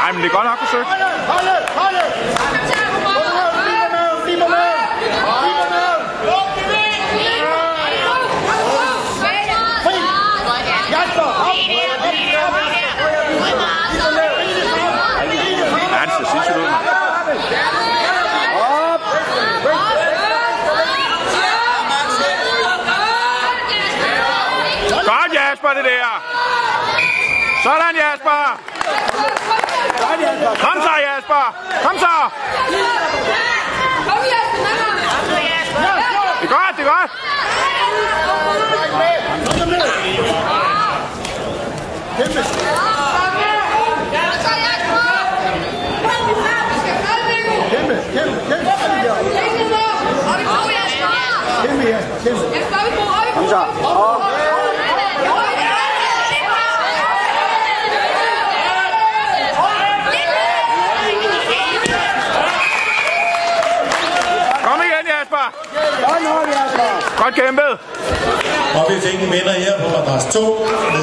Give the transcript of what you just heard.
Nej, men det er godt nok forsøgt. Han ser sindssygt ud. Godt, Jasper, det der. Sådan, Jasper. Kom så, Jasper. Kom så. Det er godt, det er godt. Kom så. Kom igen, Jasper. Godt kæmpet. Og vi fik en vinder her på madras 2.